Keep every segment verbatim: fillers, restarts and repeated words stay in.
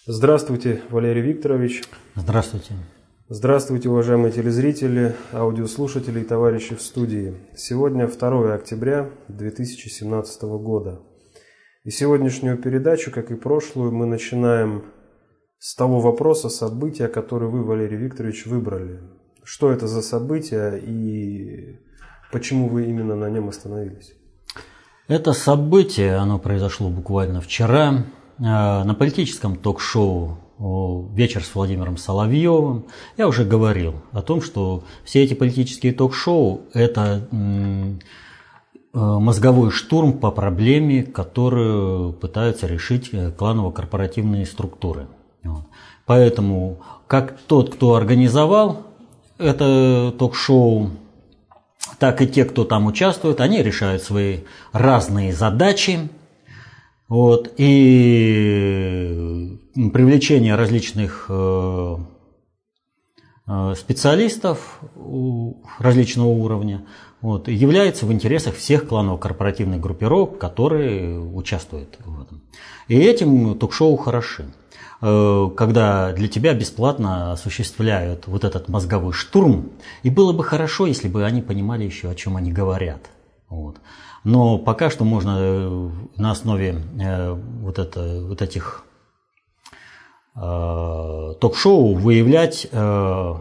Здравствуйте, Валерий Викторович. Здравствуйте. Здравствуйте, уважаемые телезрители, аудиослушатели и товарищи в студии. Сегодня второе октября две тысячи семнадцатого года. И сегодняшнюю передачу, как и прошлую, мы начинаем с того вопроса, события, который вы, Валерий Викторович, выбрали. Что это за событие и почему вы именно на нем остановились? Это событие, оно произошло буквально вчера на политическом ток-шоу «Вечер с Владимиром Соловьевым». Я уже говорил о том, что все эти политические ток-шоу – это мозговой штурм по проблеме, которую пытаются решить кланово-корпоративные структуры. Поэтому как тот, кто организовал это ток-шоу, так и те, кто там участвует, они решают свои разные задачи. Вот, и привлечение различных э, специалистов различного уровня вот, является в интересах всех кланово-корпоративных группировок, которые участвуют в этом. И этим ток-шоу хороши. Э, когда для тебя бесплатно осуществляют вот этот мозговой штурм, и было бы хорошо, если бы они понимали еще, о чем они говорят. Вот. Но пока что можно на основе э, вот, это, вот этих э, ток-шоу выявлять э,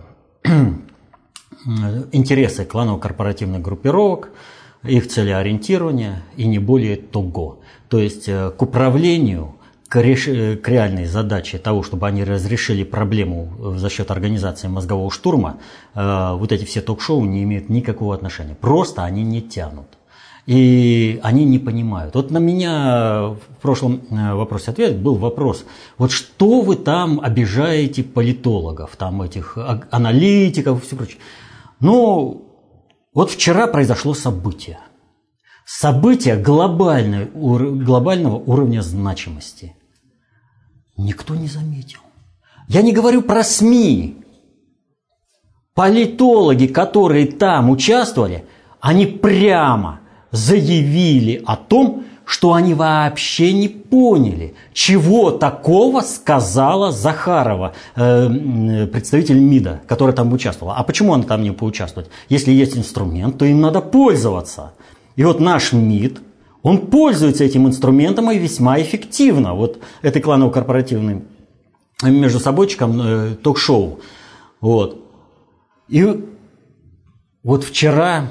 интересы кланово-корпоративных группировок, их целеориентирование и не более того. То есть э, к управлению, к, реш... к реальной задаче того, чтобы они разрешили проблему за счет организации мозгового штурма, э, вот эти все ток-шоу не имеют никакого отношения. Просто они не тянут. И они не понимают. Вот на меня в прошлом вопросе-ответе был вопрос, вот что вы там обижаете политологов, там этих аналитиков и все прочее. Ну, вот вчера произошло событие. Событие глобальной, глобального уровня значимости. Никто не заметил. Я не говорю про СМИ. Политологи, которые там участвовали, они прямо заявили о том, что они вообще не поняли, чего такого сказала Захарова, э, представитель МИДа, которая там участвовала. А почему она там не поучаствовать? Если есть инструмент, то им надо пользоваться. И вот наш МИД, он пользуется этим инструментом и весьма эффективно. Вот этой кланово-корпоративным между собойчиком э, ток-шоу. Вот. И вот вчера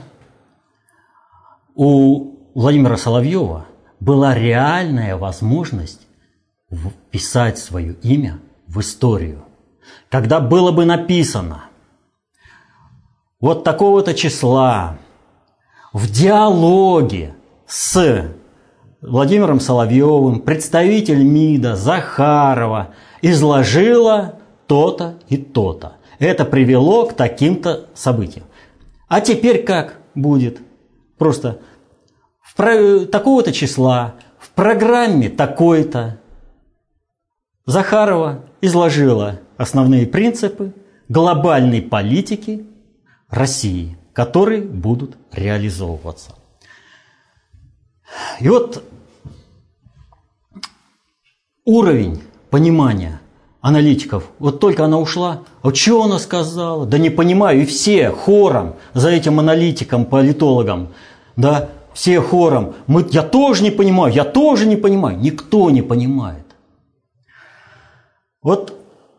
у Владимира Соловьева была реальная возможность вписать свое имя в историю. Когда было бы написано вот такого-то числа в диалоге с Владимиром Соловьевым представитель МИДа Захарова изложила то-то и то-то. Это привело к таким-то событиям. А теперь как будет? Просто в такого-то числа, в программе такой-то Захарова изложила основные принципы глобальной политики России, которые будут реализовываться. И вот уровень понимания аналитиков, вот только она ушла, а что она сказала? Да не понимаю, и все хором за этим аналитиком, политологом, да, все хором, мы, я тоже не понимаю, я тоже не понимаю, никто не понимает. Вот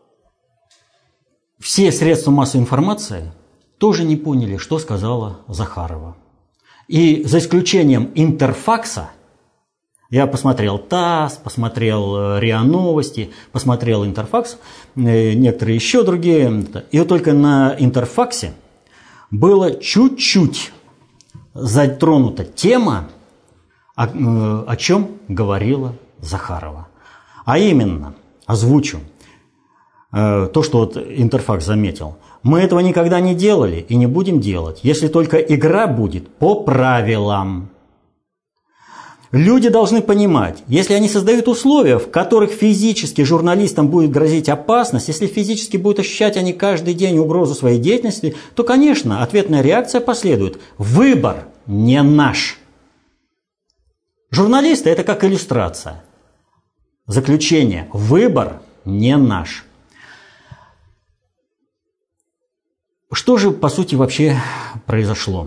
все средства массовой информации тоже не поняли, что сказала Захарова. И за исключением Интерфакса, я посмотрел ТАСС, посмотрел РИА Новости, посмотрел Интерфакс, некоторые еще другие. И вот только на Интерфаксе было чуть-чуть затронута тема, о, о чем говорила Захарова. А именно, озвучу то, что вот Интерфакс заметил. Мы этого никогда не делали и не будем делать, если только игра будет по правилам. Люди должны понимать, если они создают условия, в которых физически журналистам будет грозить опасность, если физически будут ощущать они каждый день угрозу своей деятельности, то, конечно, ответная реакция последует. Выбор не наш. Журналисты – это как иллюстрация. Заключение. Выбор не наш. Что же, по сути, вообще произошло?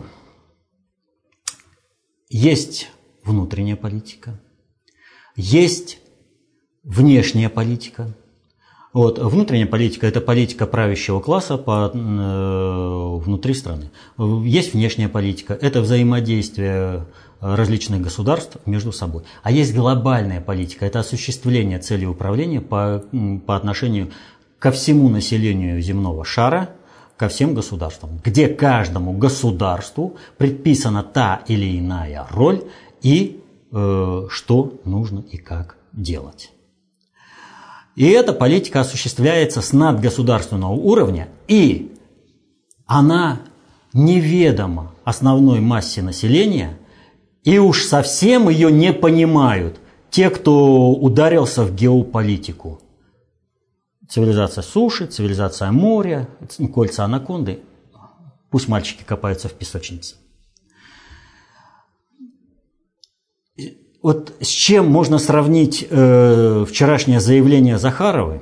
Есть внутренняя политика, есть внешняя политика. Вот, внутренняя политика – это политика правящего класса по, э, внутри страны. Есть внешняя политика – это взаимодействие различных государств между собой. А есть глобальная политика – это осуществление целей управления по, по отношению ко всему населению земного шара, ко всем государствам, где каждому государству предписана та или иная роль и э, что нужно и как делать. И эта политика осуществляется с надгосударственного уровня, и она неведома основной массе населения, и уж совсем ее не понимают те, кто ударился в геополитику. Цивилизация суши, цивилизация моря, кольца анаконды. Пусть мальчики копаются в песочнице. Вот с чем можно сравнить э, вчерашнее заявление Захаровой,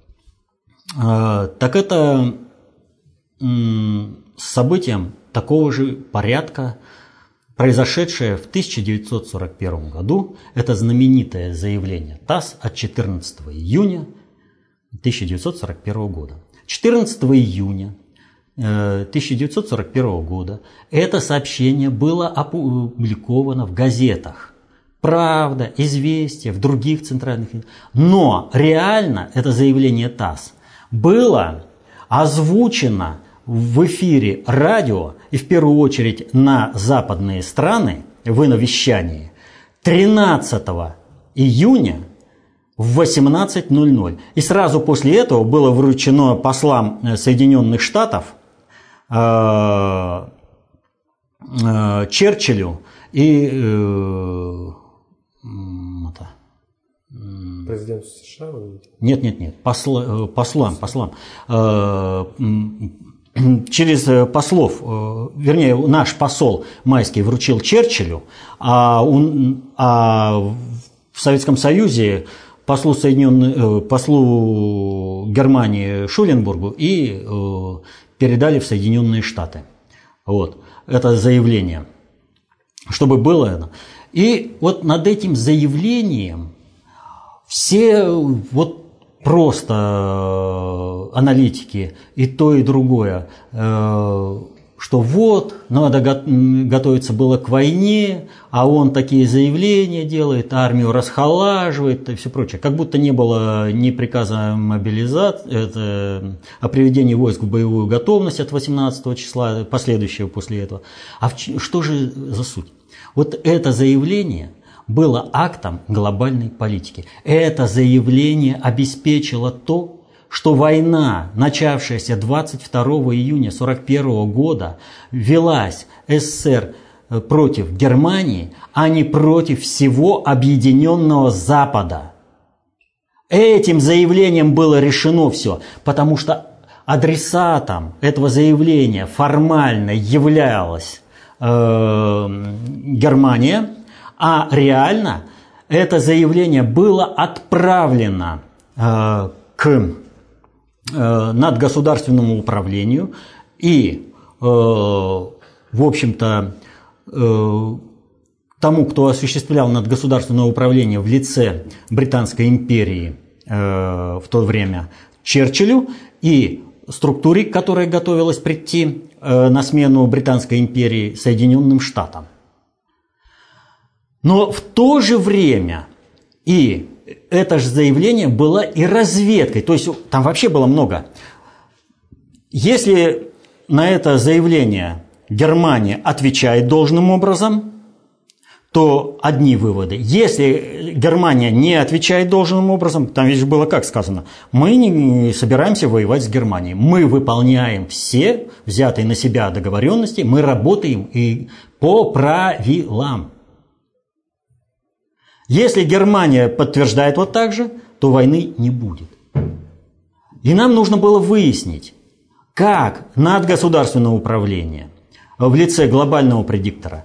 э, так это э, с событием такого же порядка, произошедшее в тысяча девятьсот сорок первом году. Это знаменитое заявление ТАСС от четырнадцатого июня тысяча девятьсот сорок первого года. четырнадцатого июня тысяча девятьсот сорок первого года это сообщение было опубликовано в газетах «Правда», «Известия», в других центральных. Но реально это заявление ТАСС было озвучено в эфире радио, и в первую очередь на западные страны, в иновещании, тринадцатого июня в восемнадцать ноль ноль. И сразу после этого было вручено послам Соединенных Штатов э, э, Черчиллю и э, это, президенту США? Нет, нет, нет, посла, послам, послам. Э, через послов, вернее, наш посол Майский вручил Черчиллю, а, он, а в Советском Союзе послу, Соединенных, послу Германии Шуленбургу и э, передали в Соединенные Штаты. Вот, это заявление, чтобы было это. И вот над этим заявлением все вот просто аналитики и то, и другое, э, что вот, надо готовиться было к войне, а он такие заявления делает, армию расхолаживает и все прочее. Как будто не было ни приказа мобилизации, это, о приведении войск в боевую готовность от восемнадцатого числа, последующего после этого. А в, что же за суть? Вот это заявление было актом глобальной политики. Это заявление обеспечило то, что война, начавшаяся двадцать второго июня сорок первого года, велась СССР против Германии, а не против всего объединенного Запада. Этим заявлением было решено все, потому что адресатом этого заявления формально являлась э, Германия, а реально это заявление было отправлено э, к надгосударственному управлению и, э, в общем-то, э, тому, кто осуществлял надгосударственное управление в лице Британской империи э, в то время, Черчиллю, и структуре, которая готовилась прийти э, на смену Британской империи, Соединенным Штатам. Но в то же время и это же заявление было и разведкой, то есть там вообще было много. Если на это заявление Германия отвечает должным образом, то одни выводы. Если Германия не отвечает должным образом, там ведь было как сказано, мы не собираемся воевать с Германией, мы выполняем все взятые на себя договоренности, мы работаем и по правилам. Если Германия подтверждает вот так же, то войны не будет. И нам нужно было выяснить, как надгосударственное управление в лице глобального предиктора,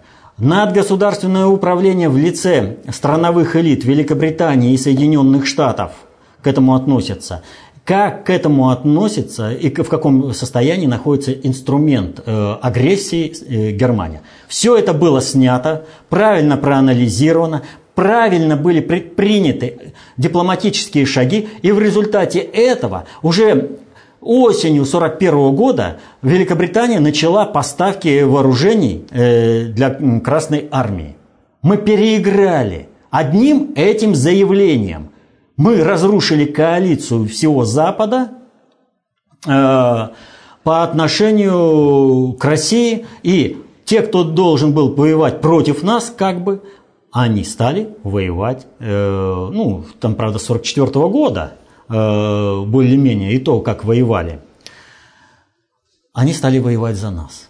надгосударственное управление в лице страновых элит Великобритании и Соединенных Штатов, к этому относятся, как к этому относится и в каком состоянии находится инструмент э, агрессии э, Германии. Все это было снято, правильно проанализировано, правильно были предприняты дипломатические шаги, и в результате этого уже осенью сорок первого года Великобритания начала поставки вооружений э, для Красной Армии. Мы переиграли одним этим заявлением. Мы разрушили коалицию всего Запада э, по отношению к России, и те, кто должен был воевать против нас, как бы, они стали воевать, э, ну, там, правда, с сорок четвёртого года, э, более-менее, и то, как воевали, они стали воевать за нас.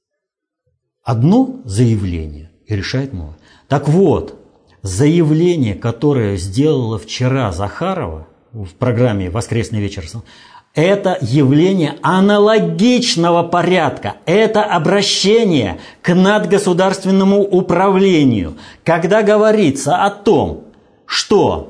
Одно заявление и решает новое. Так вот, заявление, которое сделала вчера Захарова в программе «Воскресный вечер», это явление аналогичного порядка. Это обращение к надгосударственному управлению, когда говорится о том, что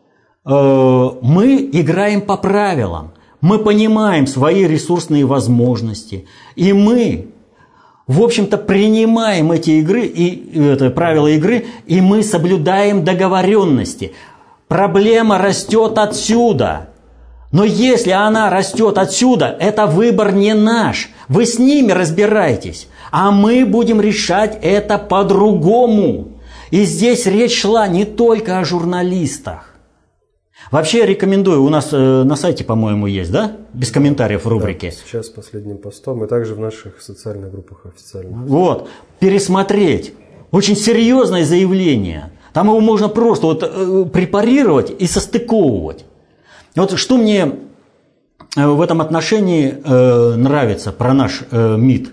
э, мы играем по правилам, мы понимаем свои ресурсные возможности, и мы, в общем-то, принимаем эти игры и это, правила игры, и мы соблюдаем договоренности. Проблема растет отсюда. Но если она растет отсюда, это выбор не наш. Вы с ними разбирайтесь, а мы будем решать это по-другому. И здесь речь шла не только о журналистах. Вообще я рекомендую, у нас э, на сайте, по-моему, есть, да? Без комментариев в рубрике. Да, сейчас последним постом, и также в наших социальных группах официальных. Вот, пересмотреть. Очень серьезное заявление. Там его можно просто вот, э, препарировать и состыковывать. Вот что мне в этом отношении э, нравится про наш э, МИД.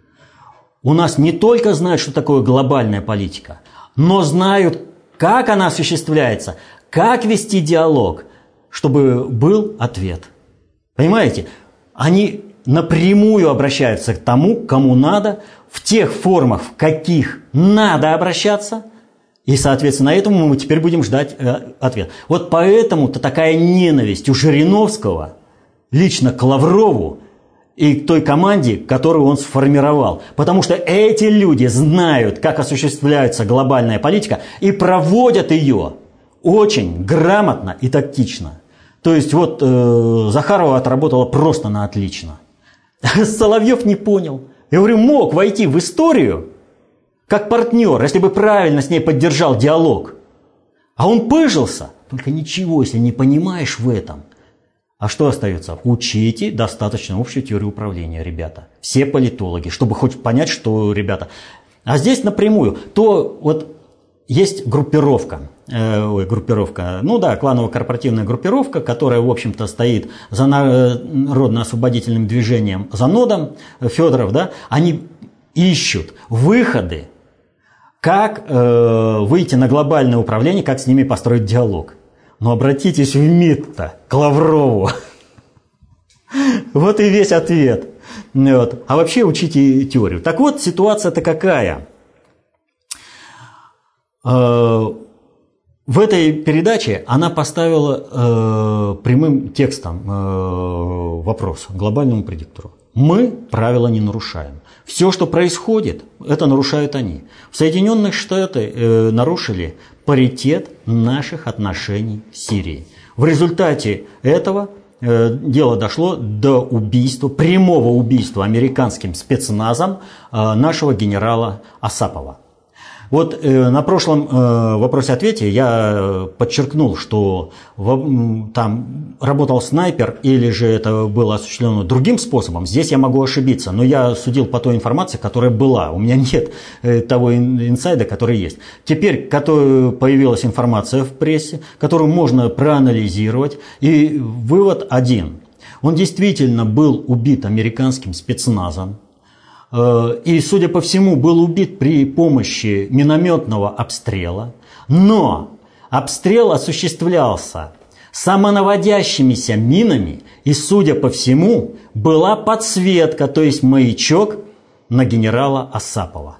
У нас не только знают, что такое глобальная политика, но знают, как она осуществляется, как вести диалог, чтобы был ответ. Понимаете? Они напрямую обращаются к тому, кому надо, в тех формах, в каких надо обращаться. И, соответственно, этому мы теперь будем ждать э, ответ. Вот поэтому-то такая ненависть у Жириновского лично к Лаврову и к той команде, которую он сформировал. Потому что эти люди знают, как осуществляется глобальная политика, и проводят ее очень грамотно и тактично. То есть вот э, Захарова отработала просто на отлично. Соловьев не понял. Я говорю, мог войти в историю как партнер, если бы правильно с ней поддержал диалог. А он пыжился. Только ничего, если не понимаешь в этом. А что остается? Учите достаточно общую теорию управления, ребята. Все политологи, чтобы хоть понять, что, ребята... А здесь напрямую. То вот есть группировка. Э, ой, группировка. Ну да, кланово-корпоративная группировка, которая, в общем-то, стоит за народно-освободительным движением, за нодом Федоров, да. Они ищут выходы, как э, выйти на глобальное управление, как с ними построить диалог. Но обратитесь в МИД-то к Лаврову. Вот и весь ответ. Вот. А вообще учите теорию. Так вот, ситуация-то какая? Э, в этой передаче она поставила э, прямым текстом э, вопрос глобальному предиктору. Мы правила не нарушаем. Все, что происходит, это нарушают они. В Соединенных Штатах э, нарушили паритет наших отношений с Сирией. В результате этого э, дело дошло до убийства, прямого убийства американским спецназом э, нашего генерала Асапова. Вот э, на прошлом э, вопросе-ответе я подчеркнул, что в, там работал снайпер или же это было осуществлено другим способом. Здесь я могу ошибиться, но я судил по той информации, которая была. У меня нет э, того инсайда, который есть. Теперь который появилась информация в прессе, которую можно проанализировать. И вывод один. Он действительно был убит американским спецназом. И, судя по всему, был убит при помощи минометного обстрела. Но обстрел осуществлялся самонаводящимися минами, и, судя по всему, была подсветка, то есть маячок на генерала Асапова.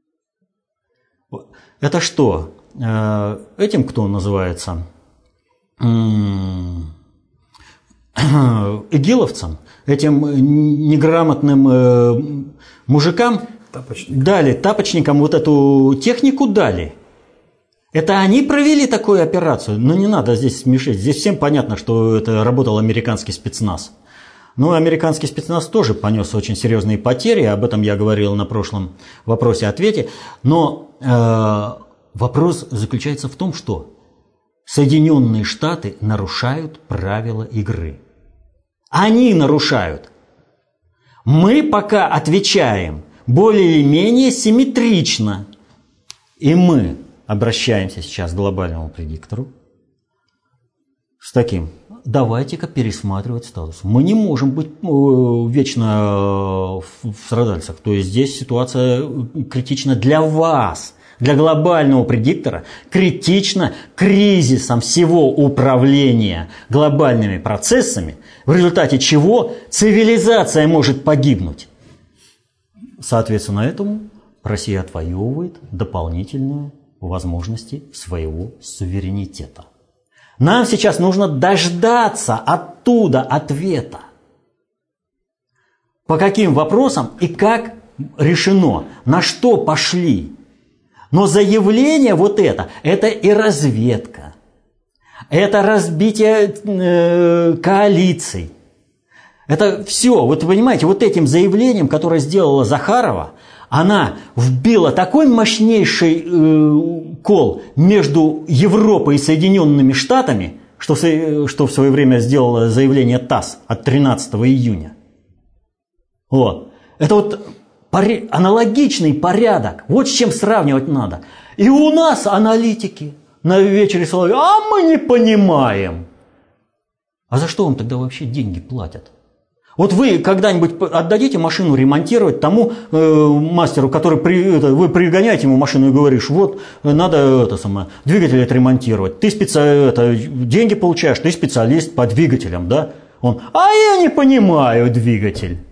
Это что? Этим кто называется? игиловцам, этим неграмотным мужикам, Тапочник. дали, тапочникам вот эту технику дали. Это они провели такую операцию. Но не надо здесь смешить. Здесь всем понятно, что это работал американский спецназ. Но американский спецназ тоже понес очень серьезные потери. Об этом я говорил на прошлом вопросе-ответе. Но э, вопрос заключается в том, что Соединенные Штаты нарушают правила игры. Они нарушают. Мы пока отвечаем более или менее симметрично. И мы обращаемся сейчас к глобальному предиктору с таким: давайте-ка пересматривать статус. Мы не можем быть вечно в страдальцах. То есть здесь ситуация критична для вас, для глобального предиктора, критична кризисом всего управления глобальными процессами, в результате чего цивилизация может погибнуть. Соответственно, этому Россия отвоевывает дополнительные возможности своего суверенитета. Нам сейчас нужно дождаться оттуда ответа. По каким вопросам и как решено, на что пошли. Но заявление вот это, это и разведка, это разбитие э, коалиций. Это все, вот вы понимаете, вот этим заявлением, которое сделала Захарова, она вбила такой мощнейший э, кол между Европой и Соединенными Штатами, что, что в свое время сделало заявление ТАСС от тринадцатого июня. Вот. Это вот пори- аналогичный порядок. Вот с чем сравнивать надо. И у нас аналитики на вечере Соловьева: а мы не понимаем. А за что вам тогда вообще деньги платят? Вот вы когда-нибудь отдадите машину ремонтировать тому э, мастеру, который при, это, вы пригоняете ему машину и говоришь: вот надо это самое, двигатель отремонтировать. Ты специ... это, деньги получаешь, ты специалист по двигателям, да? Он: а я не понимаю двигатель.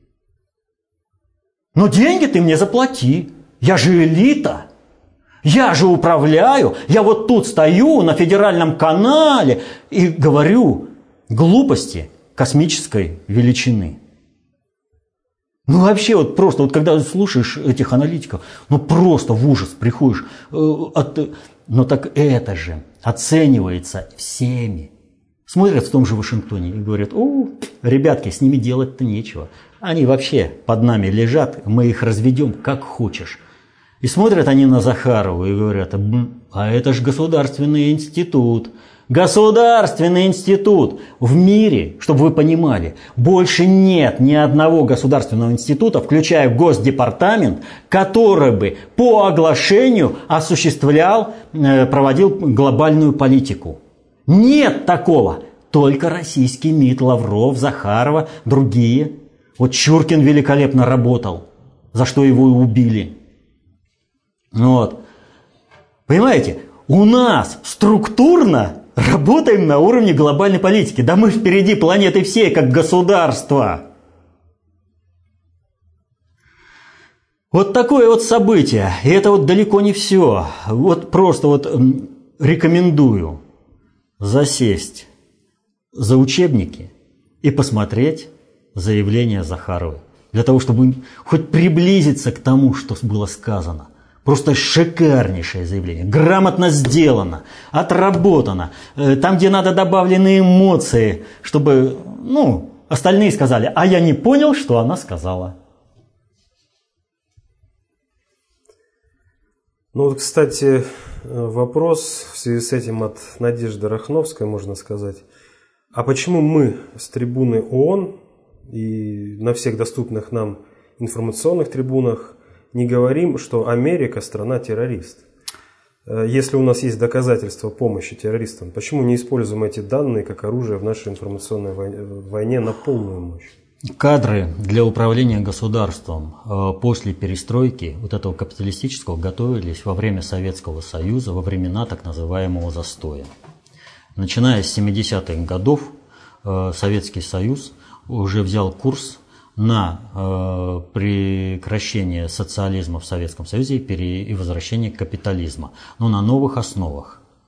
Но деньги ты мне заплати. Я же элита. Я же управляю. Я вот тут стою на федеральном канале и говорю глупости космической величины. Ну вообще вот просто, вот когда слушаешь этих аналитиков, ну просто в ужас приходишь. Э, от, но так это же оценивается всеми. Смотрят в том же Вашингтоне и говорят: о, ребятки, с ними делать-то нечего. Они вообще под нами лежат, мы их разведем как хочешь. И смотрят они на Захарову и говорят: а это же государственный институт. Государственный институт. В мире, чтобы вы понимали, больше нет ни одного государственного института, включая Госдепартамент, который бы по оглашению осуществлял, проводил глобальную политику. Нет такого. Только российский МИД, Лавров, Захарова, другие. Вот Чуркин великолепно работал, за что его и убили. Вот. Понимаете, у нас структурно работаем на уровне глобальной политики. Да мы впереди планеты всей, как государство. Вот такое вот событие. И это вот далеко не все. Вот просто вот рекомендую засесть за учебники и посмотреть заявление Захаровой. Для того, чтобы хоть приблизиться к тому, что было сказано. Просто шикарнейшее заявление. Грамотно сделано, отработано. Там, где надо, добавлены эмоции, чтобы, ну, остальные сказали: а я не понял, что она сказала. Ну вот, кстати, вопрос в связи с этим от Надежды Рахновской, можно сказать. А почему мы с трибуны ООН и на всех доступных нам информационных трибунах не говорим, что Америка страна-террорист? Если у нас есть доказательства помощи террористам, почему не используем эти данные как оружие в нашей информационной войне на полную мощь? Кадры для управления государством после перестройки вот этого капиталистического готовились во время Советского Союза, во времена так называемого застоя. Начиная с семидесятых годов Советский Союз уже взял курс на э, прекращение социализма в Советском Союзе и, пере, и возвращение капитализма, но на новых основах.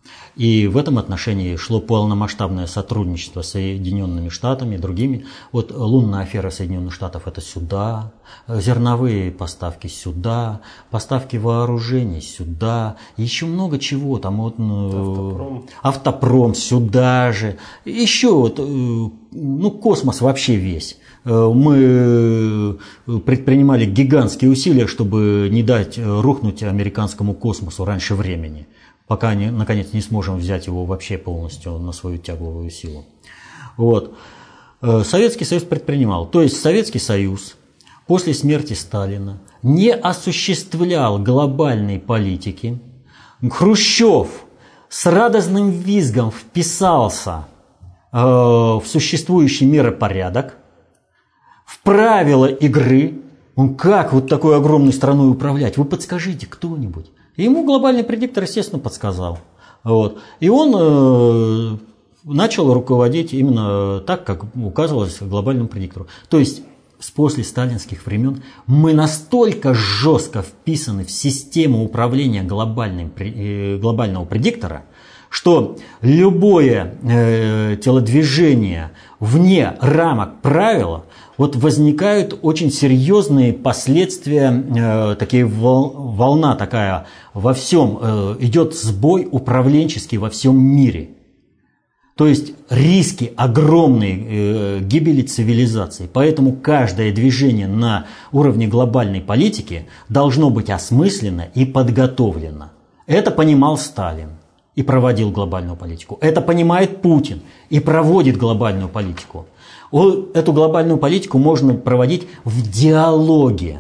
И в этом отношении шло полномасштабное сотрудничество с Соединенными Штатами и другими. Вот лунная афера Соединенных Штатов – это сюда, зерновые поставки сюда, поставки вооружений сюда, еще много чего. Там вот, автопром. автопром сюда же. Еще вот, ну, космос вообще весь. Мы предпринимали гигантские усилия, чтобы не дать рухнуть американскому космосу раньше времени, пока, не, наконец, не сможем взять его вообще полностью на свою тягловую силу. Вот. Советский Союз предпринимал. То есть Советский Союз после смерти Сталина не осуществлял глобальной политики. Хрущев с радостным визгом вписался э, в существующий миропорядок, в правила игры. Он как вот такой огромной страной управлять? Вы подскажите кто-нибудь. И ему глобальный предиктор, естественно, подсказал. Вот. И он э, начал руководить именно так, как указывалось глобальному предиктору. То есть с после сталинских времен мы настолько жестко вписаны в систему управления глобальным, э, глобального предиктора, что любое э, телодвижение вне рамок правила, вот возникают очень серьезные последствия, э, такие вол, волна такая во всем, э, идет сбой управленческий во всем мире. То есть риски огромной э, гибели цивилизации. Поэтому каждое движение на уровне глобальной политики должно быть осмысленно и подготовлено. Это понимал Сталин и проводил глобальную политику. Это понимает Путин и проводит глобальную политику. Эту глобальную политику можно проводить в диалоге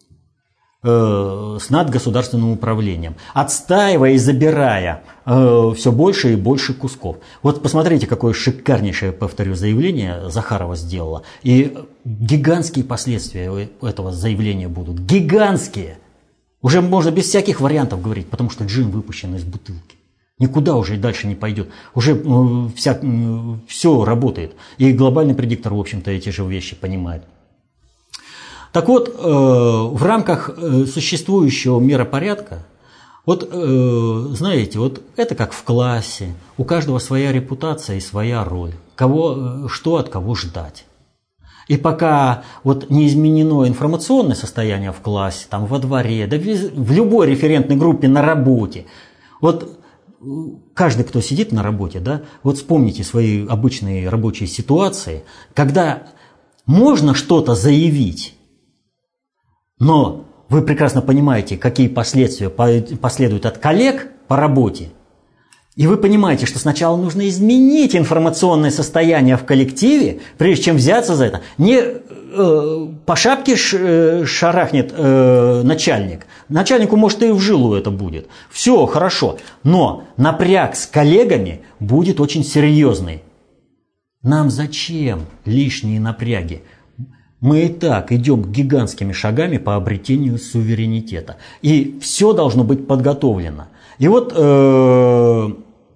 э, с надгосударственным управлением, отстаивая и забирая э, все больше и больше кусков. Вот посмотрите, какое шикарнейшее, повторю, заявление Захарова сделала. И гигантские последствия этого заявления будут. Гигантские! Уже можно без всяких вариантов говорить, потому что джин выпущен из бутылки. Никуда уже и дальше не пойдет. Уже э, вся, э, все работает. И глобальный предиктор, в общем-то, эти же вещи понимает. Так вот, э, в рамках э, существующего миропорядка, вот, э, знаете, вот это как в классе. У каждого своя репутация и своя роль. Кого, э, что от кого ждать. И пока вот не изменено информационное состояние в классе, там, во дворе, да в любой референтной группе на работе, вот каждый, кто сидит на работе, да, вот вспомните свои обычные рабочие ситуации, когда можно что-то заявить, но вы прекрасно понимаете, какие последствия последуют от коллег по работе, и вы понимаете, что сначала нужно изменить информационное состояние в коллективе, прежде чем взяться за это. Не э, по шапке ш, шарахнет э, начальник. Начальнику, может, и в жилу это будет. Все хорошо. Но напряг с коллегами будет очень серьезный. Нам зачем лишние напряги? Мы и так идем гигантскими шагами по обретению суверенитета. И все должно быть подготовлено. И вот э,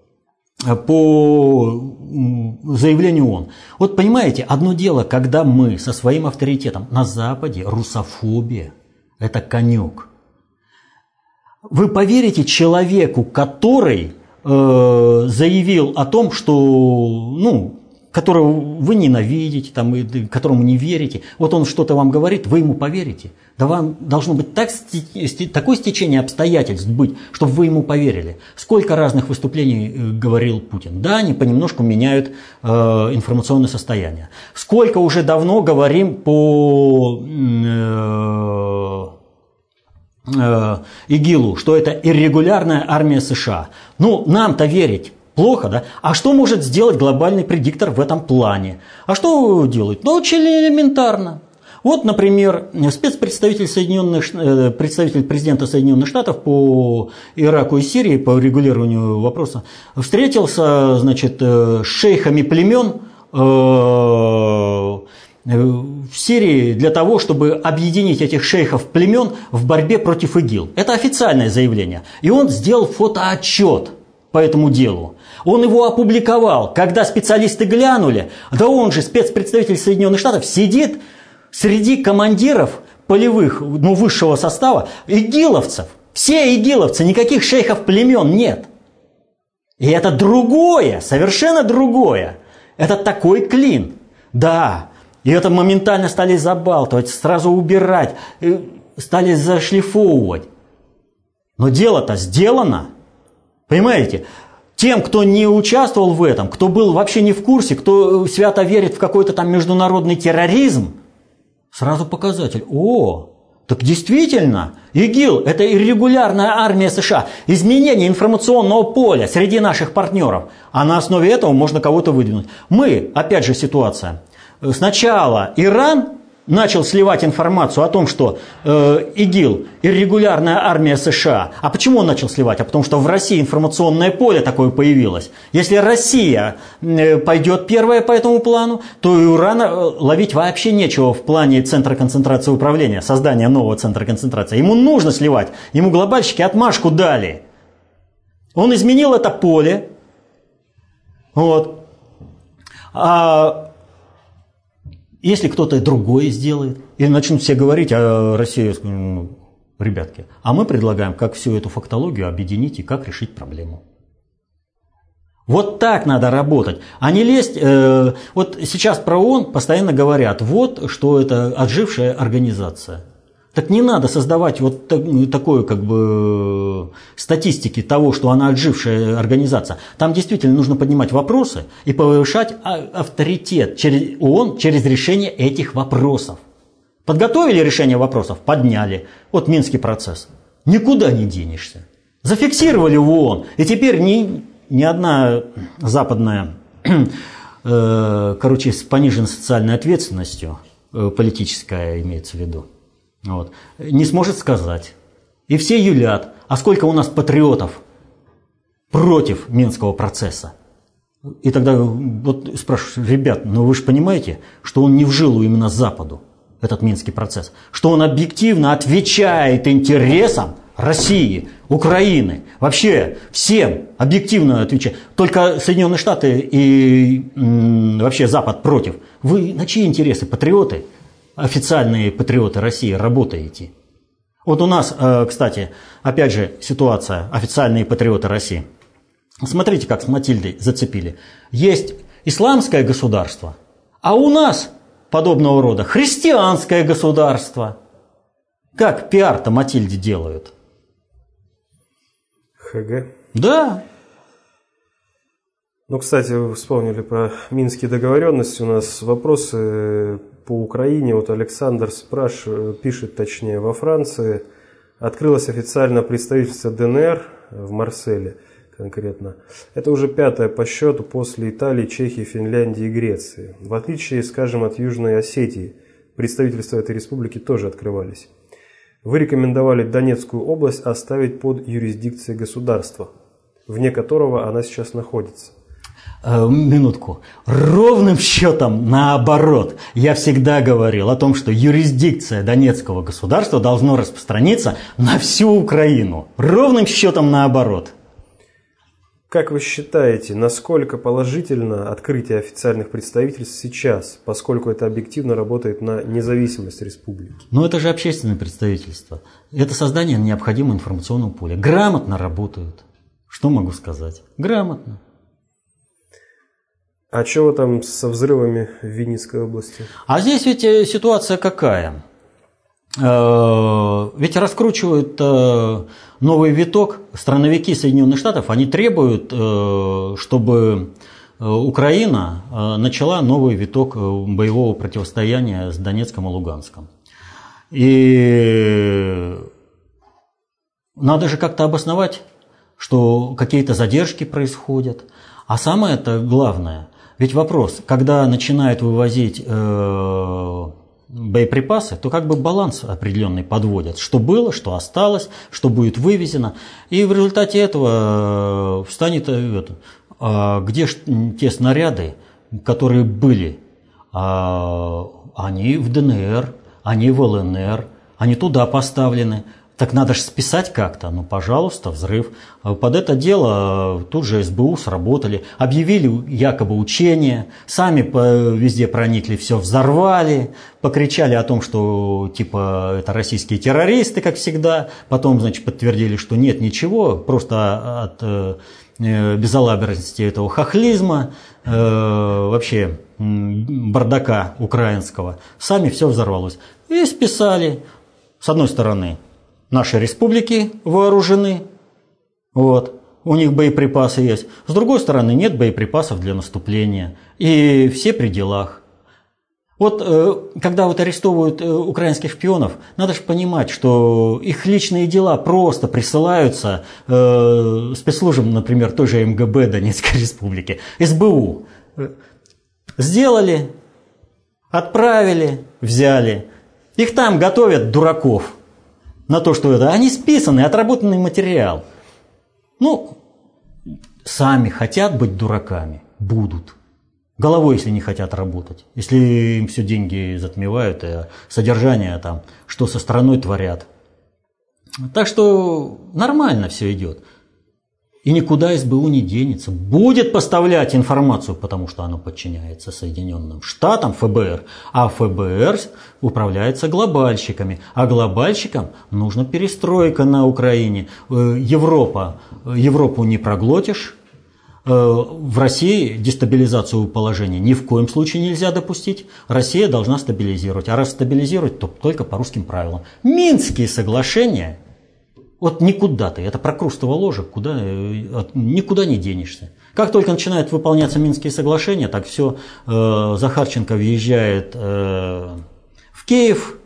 по заявлению ООН. Вот понимаете, одно дело, когда мы со своим авторитетом на Западе, русофобия – это конек. Вы поверите человеку, который э, заявил о том, что, ну, которого вы ненавидите, там, и, которому не верите, вот он что-то вам говорит, вы ему поверите? Да вам должно быть так, такое стечение обстоятельств быть, чтобы вы ему поверили. Сколько разных выступлений э, говорил Путин? Да, они понемножку меняют э, информационное состояние. Сколько уже давно говорим по э, э, ИГИЛу, что это иррегулярная армия США. Ну, нам-то верить плохо, да? А что может сделать глобальный предиктор в этом плане? А что делает? Ну, очень элементарно. Вот, например, спецпредставитель Соединенных, представитель президента Соединенных Штатов по Ираку и Сирии, по регулированию вопроса, встретился, значит, с шейхами племен в Сирии для того, чтобы объединить этих шейхов племен в борьбе против ИГИЛ. Это официальное заявление. И он сделал фотоотчет по этому делу. Он его опубликовал. Когда специалисты глянули, да он же, спецпредставитель Соединенных Штатов, сидит среди командиров полевых, ну, высшего состава, игиловцев. Все игиловцы, никаких шейхов племен нет. И это другое, совершенно другое. Это такой клин. Да, и это моментально стали забалтывать, сразу убирать, стали зашлифовывать. Но дело-то сделано. Понимаете? Тем, кто не участвовал в этом, кто был вообще не в курсе, кто свято верит в какой-то там международный терроризм, сразу показатель. О, так действительно, ИГИЛ – это иррегулярная армия США, изменение информационного поля среди наших партнеров. А на основе этого можно кого-то выдвинуть. Мы, опять же, ситуация. Сначала Иран начал сливать информацию о том, что э, ИГИЛ – иррегулярная армия США. А почему он начал сливать? А потому что в России информационное поле такое появилось. Если Россия э, пойдет первая по этому плану, то и у Ирана ловить вообще нечего в плане центра концентрации управления, создания нового центра концентрации. Ему нужно сливать. Ему глобальщики отмашку дали. Он изменил это поле. Вот. А если кто-то другое сделает, или начнут все говорить, а Россия, ну, ребятки, а мы предлагаем, как всю эту фактологию объединить и как решить проблему. Вот так надо работать, а не лезть. Э, вот сейчас про ООН постоянно говорят, вот что это отжившая организация. Так не надо создавать вот такой как бы статистики того, что она отжившая организация. Там действительно нужно поднимать вопросы и повышать авторитет через ООН через решение этих вопросов. Подготовили решение вопросов, подняли. Вот Минский процесс. Никуда не денешься. Зафиксировали в ООН. И теперь ни, ни одна западная, э, короче, с пониженной социальной ответственностью, э, политическая имеется в виду, вот, не сможет сказать. И все юлят. А сколько у нас патриотов против Минского процесса? И тогда вот спрашиваешь, ребят, ну вы же понимаете, что он не в жилу именно Западу, этот Минский процесс, что он объективно отвечает интересам России, Украины, вообще всем объективно отвечает. Только Соединенные Штаты и м, вообще Запад против. Вы на чьи интересы, патриоты? Официальные патриоты России, работаете. Вот у нас, кстати, опять же ситуация, официальные патриоты России. Смотрите, как с Матильдой зацепили. Есть исламское государство, а у нас подобного рода христианское государство. Как пиар-то Матильде делают? ХГ. Да. Ну, кстати, вы вспомнили про Минские договоренности. У нас вопросы по Украине. Вот Александр спрашивает, пишет, точнее, во Франции открылось официально представительство ДНР в Марселе конкретно. Это уже пятое по счету после Италии, Чехии, Финляндии и Греции. В отличие, скажем, от Южной Осетии, представительства этой республики тоже открывались. Вы рекомендовали Донецкую область оставить под юрисдикцией государства, вне которого она сейчас находится. Минутку. Ровным счетом наоборот. Я всегда говорил о том, что юрисдикция Донецкого государства должна распространиться на всю Украину. Ровным счетом наоборот. Как вы считаете, насколько положительно открытие официальных представительств сейчас, поскольку это объективно работает на независимость республики? Ну это же общественное представительство. Это создание необходимого информационного поля. Грамотно работают. Что могу сказать? Грамотно. А чего там со взрывами в Винницкой области? А здесь ведь ситуация какая? Ведь раскручивают новый виток, страновики Соединенных Штатов, они требуют, чтобы Украина начала новый виток боевого противостояния с Донецком и Луганском. И надо же как-то обосновать, что какие-то задержки происходят. А самое-то главное, ведь вопрос, когда начинают вывозить э, боеприпасы, то как бы баланс определенный подводят. Что было, что осталось, что будет вывезено. И в результате этого встанет, это, а где ж те снаряды, которые были, а, они в ДНР, они в ЛНР, они туда поставлены. Так надо же списать как-то. Ну, пожалуйста, взрыв. Под это дело тут же СБУ сработали. Объявили якобы учения. Сами везде проникли, все взорвали. Покричали о том, что типа это российские террористы, как всегда. Потом, значит, подтвердили, что нет ничего. Просто от безалаберности этого хохлизма, вообще бардака украинского, сами все взорвалось. И списали, с одной стороны, наши республики вооружены, вот, у них боеприпасы есть, с другой стороны, нет боеприпасов для наступления, и все при делах. Вот когда вот арестовывают украинских шпионов, надо же понимать, что их личные дела просто присылаются э, спецслужбам, например, той же эм гэ бэ Донецкой Республики, эс бэ у. Сделали, отправили, взяли. Их там готовят, дураков, на то, что это. Они списанный, отработанный материал. Ну, сами хотят быть дураками, будут. Головой, если не хотят работать. Если им все деньги затмевают, а содержание там, что со страной творят. Так что нормально все идет. И никуда эс бэ у не денется. Будет поставлять информацию, потому что она подчиняется Соединенным Штатам, эф бэ эр. А эф бэ эр управляется глобальщиками. А глобальщикам нужна перестройка на Украине. Европа, Европу не проглотишь. В России дестабилизацию положения ни в коем случае нельзя допустить. Россия должна стабилизировать. А раз стабилизировать, то только по русским правилам. Минские соглашения, вот никуда ты, это прокрустово ложе, куда, никуда не денешься. Как только начинают выполняться Минские соглашения, так все, э, Захарченко въезжает э, в Киев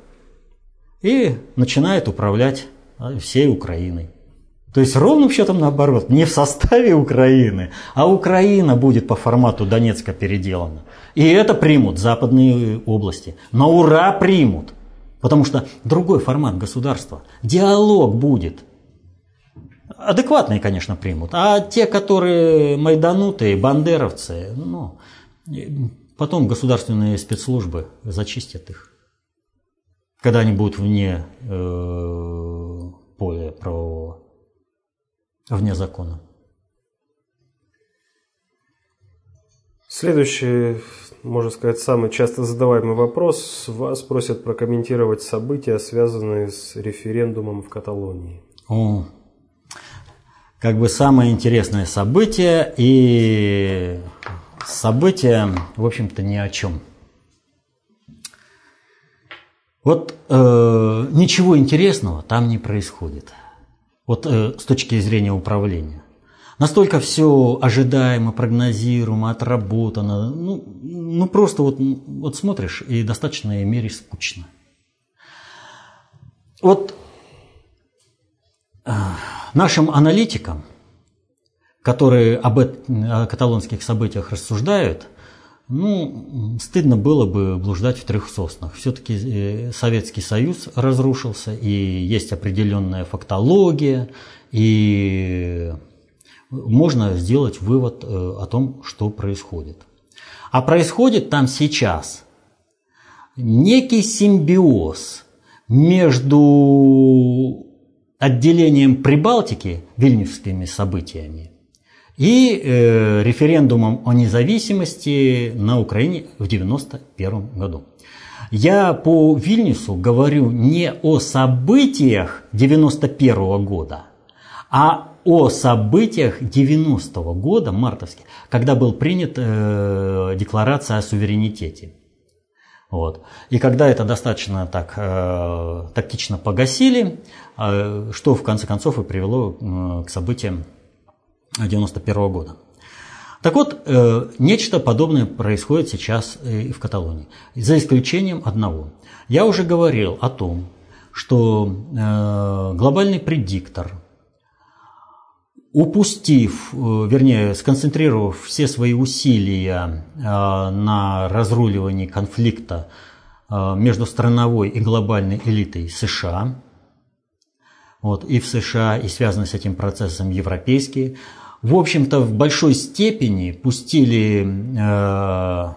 и начинает управлять всей Украиной. То есть ровным счетом наоборот, не в составе Украины, а Украина будет по формату Донецка переделана. И это примут западные области. На ура примут. Потому что другой формат государства. Диалог будет. Адекватные, конечно, примут. А те, которые майданутые, бандеровцы, ну, потом государственные спецслужбы зачистят их. Когда они будут вне э, поля правового. Вне закона. Следующий, можно сказать, самый часто задаваемый вопрос. Вас просят прокомментировать события, связанные с референдумом в Каталонии. О, как бы самое интересное событие, и событие, в общем-то, ни о чем. Вот э, ничего интересного там не происходит. Вот э, с точки зрения управления. Настолько все ожидаемо, прогнозируемо, отработано. Ну, ну просто вот, вот смотришь, и в достаточной мере скучно. Вот э, нашим аналитикам, которые об о каталонских событиях рассуждают, ну, стыдно было бы блуждать в трех соснах. Все-таки Советский Союз разрушился, и есть определенная фактология, и можно сделать вывод о том, что происходит. А происходит там сейчас некий симбиоз между отделением Прибалтики, вильнюсскими событиями, и э, референдумом о независимости на Украине в девяносто первом году. Я по Вильнюсу говорю не о событиях девяносто первого года, а о событиях девяностого года, мартовских, когда был принят э, декларация о суверенитете. Вот. И когда это достаточно так э, тактично погасили, э, что в конце концов и привело э, к событиям девяносто первого года. Так вот, э, нечто подобное происходит сейчас и в Каталонии, за исключением одного. Я уже говорил о том, что э, глобальный предиктор, упустив, э, вернее, сконцентрировав все свои усилия э, на разруливании конфликта э, между страновой и глобальной элитой США, вот, и в США, и связаны с этим процессом европейские, в общем-то, в большой степени пустили э,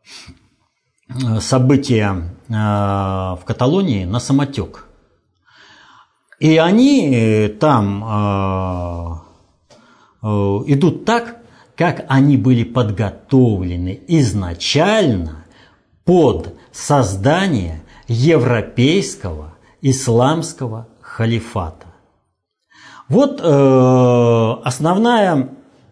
события э, в Каталонии на самотек. И они там э, э, идут так, как они были подготовлены изначально под создание европейского исламского халифата. Вот э, основная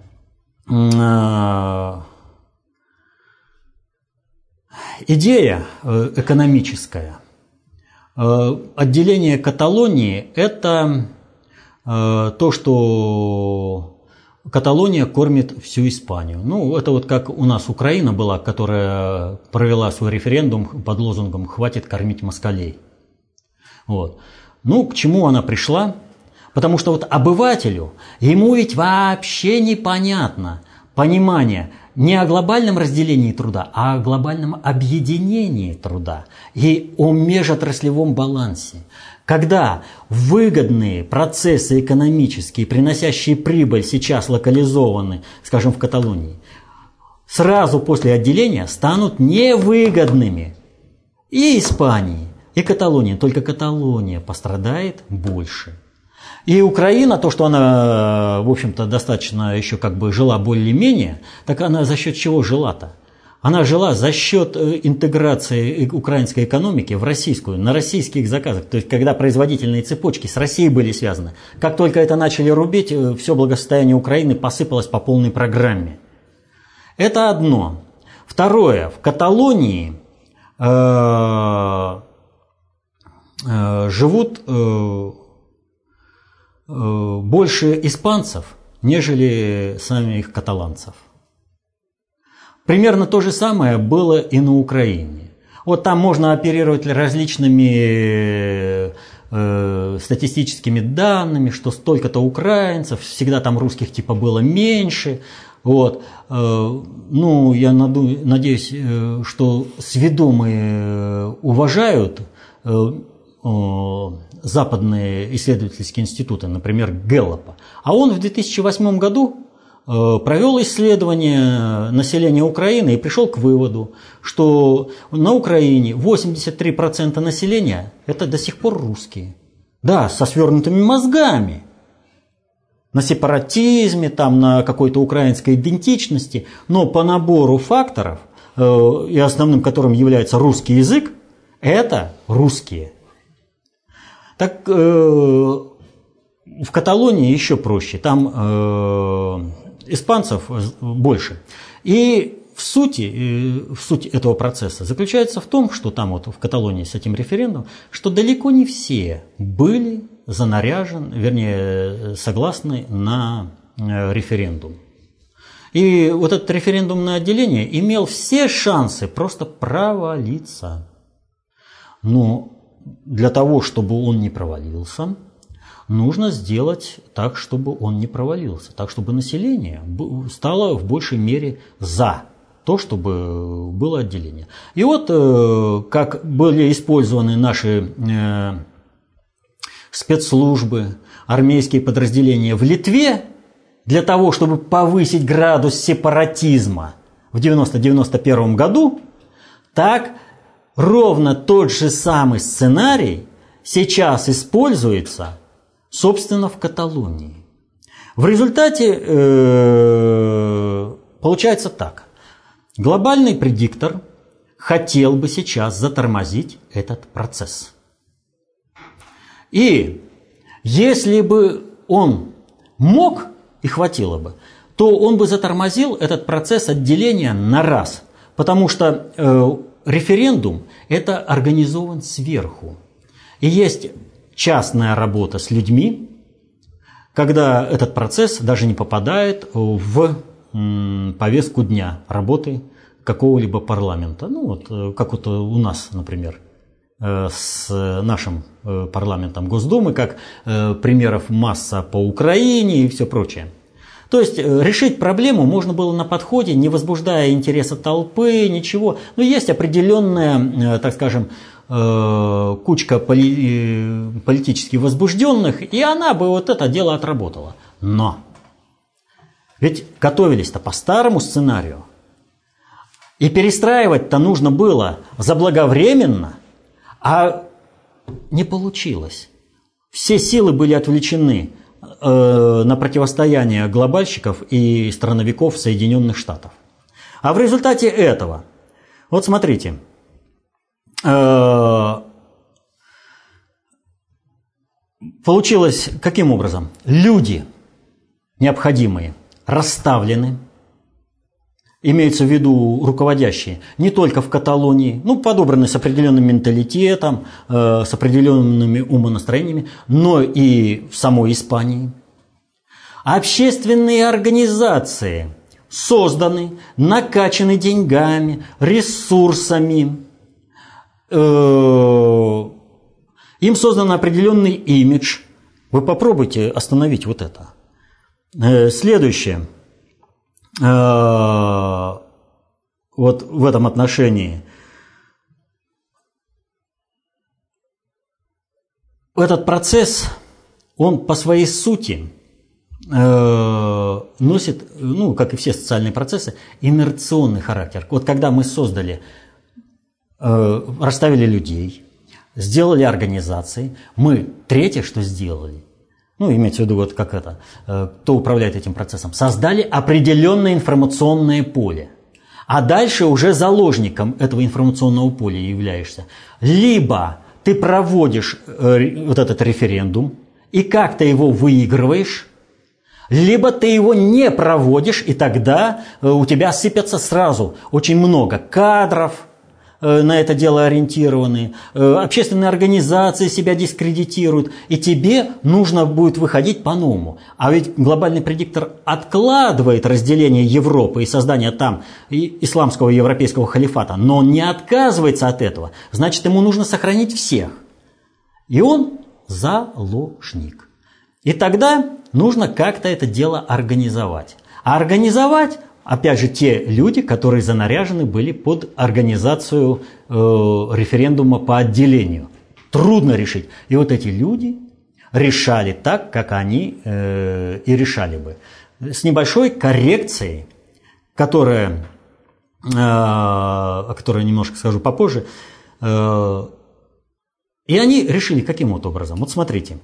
идея экономическая. Отделение Каталонии – это то, что Каталония кормит всю Испанию. Ну, это вот как у нас Украина была, которая провела свой референдум под лозунгом «Хватит кормить москалей». Вот. Ну, к чему она пришла? Потому что вот обывателю, ему ведь вообще непонятно понимание не о глобальном разделении труда, а о глобальном объединении труда и о межотраслевом балансе. Когда выгодные процессы экономические, приносящие прибыль, сейчас локализованы, скажем, в Каталонии, сразу после отделения станут невыгодными и Испании, и Каталонии. Только Каталония пострадает больше. И Украина, то, что она, в общем-то, достаточно еще как бы жила более-менее, так она за счет чего жила-то? Она жила за счет интеграции украинской экономики в российскую, на российских заказах. То есть, когда производительные цепочки с Россией были связаны. Как только это начали рубить, все благосостояние Украины посыпалось по полной программе. Это одно. Второе. В Каталонии э, э, живут э, э, больше испанцев, нежели самих каталанцев. Примерно то же самое было и на Украине. Вот там можно оперировать различными э, статистическими данными, что столько-то украинцев, всегда там русских типа было меньше. Вот. Э, ну, я наду, надеюсь, э, что сведомые уважают э, э, западные исследовательские институты, например, Гэллопа. А он в две тысячи восьмом году провел исследование населения Украины и пришел к выводу, что на Украине восемьдесят три процента населения – это до сих пор русские. Да, со свернутыми мозгами. На сепаратизме, там, на какой-то украинской идентичности, но по набору факторов, э, и основным которым является русский язык, это русские. Так э, в Каталонии еще проще. Там э, испанцев больше. И в сути, в суть этого процесса заключается в том, что там вот в Каталонии с этим референдумом, что далеко не все были занаряжены, вернее, согласны на референдум. И вот этот референдумное отделение имел все шансы просто провалиться. Но для того, чтобы он не провалился, нужно сделать так, чтобы он не провалился, так, чтобы население стало в большей мере за то, чтобы было отделение. И вот как были использованы наши спецслужбы, армейские подразделения в Литве для того, чтобы повысить градус сепаратизма в девяносто-девяносто первом году, так ровно тот же самый сценарий сейчас используется, собственно, в Каталонии. В результате э, получается так. Глобальный предиктор хотел бы сейчас затормозить этот процесс. И если бы он мог и хватило бы, то он бы затормозил этот процесс отделения на раз. Потому что э, референдум – это организован сверху. И есть частная работа с людьми, когда этот процесс даже не попадает в повестку дня работы какого-либо парламента. Ну, вот, как вот у нас, например, с нашим парламентом Госдумы, как примеров масса по Украине и все прочее. То есть решить проблему можно было на подходе, не возбуждая интереса толпы, ничего. Но есть определенная, так скажем, кучка поли- политически возбужденных, и она бы вот это дело отработала. Но ведь готовились-то по старому сценарию. И перестраивать-то нужно было заблаговременно, а не получилось. Все силы были отвлечены э, на противостояние глобальщиков и страновиков Соединенных Штатов. А в результате этого, вот смотрите, получилось каким образом? Люди необходимые расставлены, имеются в виду руководящие, не только в Каталонии, ну, подобраны с определенным менталитетом, э, с определенными умонастроениями, но и в самой Испании. Общественные организации созданы, накачаны деньгами, ресурсами, э, им создан определенный имидж. Вы попробуйте остановить вот это. Э, следующее. Э, вот в этом отношении. Этот процесс, он по своей сути э, носит, ну, как и все социальные процессы, инерционный характер. Вот когда мы создали, э, расставили людей, сделали организации, мы третье, что сделали, ну, имеется в виду, вот как это, кто управляет этим процессом, создали определенное информационное поле. А дальше уже заложником этого информационного поля являешься. Либо ты проводишь вот этот референдум и как-то его выигрываешь, либо ты его не проводишь, и тогда у тебя сыпятся сразу очень много кадров, на это дело ориентированы, общественные организации себя дискредитируют, и тебе нужно будет выходить по-новому. А ведь глобальный предиктор откладывает разделение Европы и создание там исламского европейского халифата, но он не отказывается от этого. Значит, ему нужно сохранить всех. И он заложник. И тогда нужно как-то это дело организовать. А организовать, опять же, те люди, которые занаряжены были под организацию э, референдума по отделению. Трудно решить. И вот эти люди решали так, как они э, и решали бы. С небольшой коррекцией, которая, э, о которой немножко скажу попозже. Э, и они решили каким вот образом. Вот смотрите.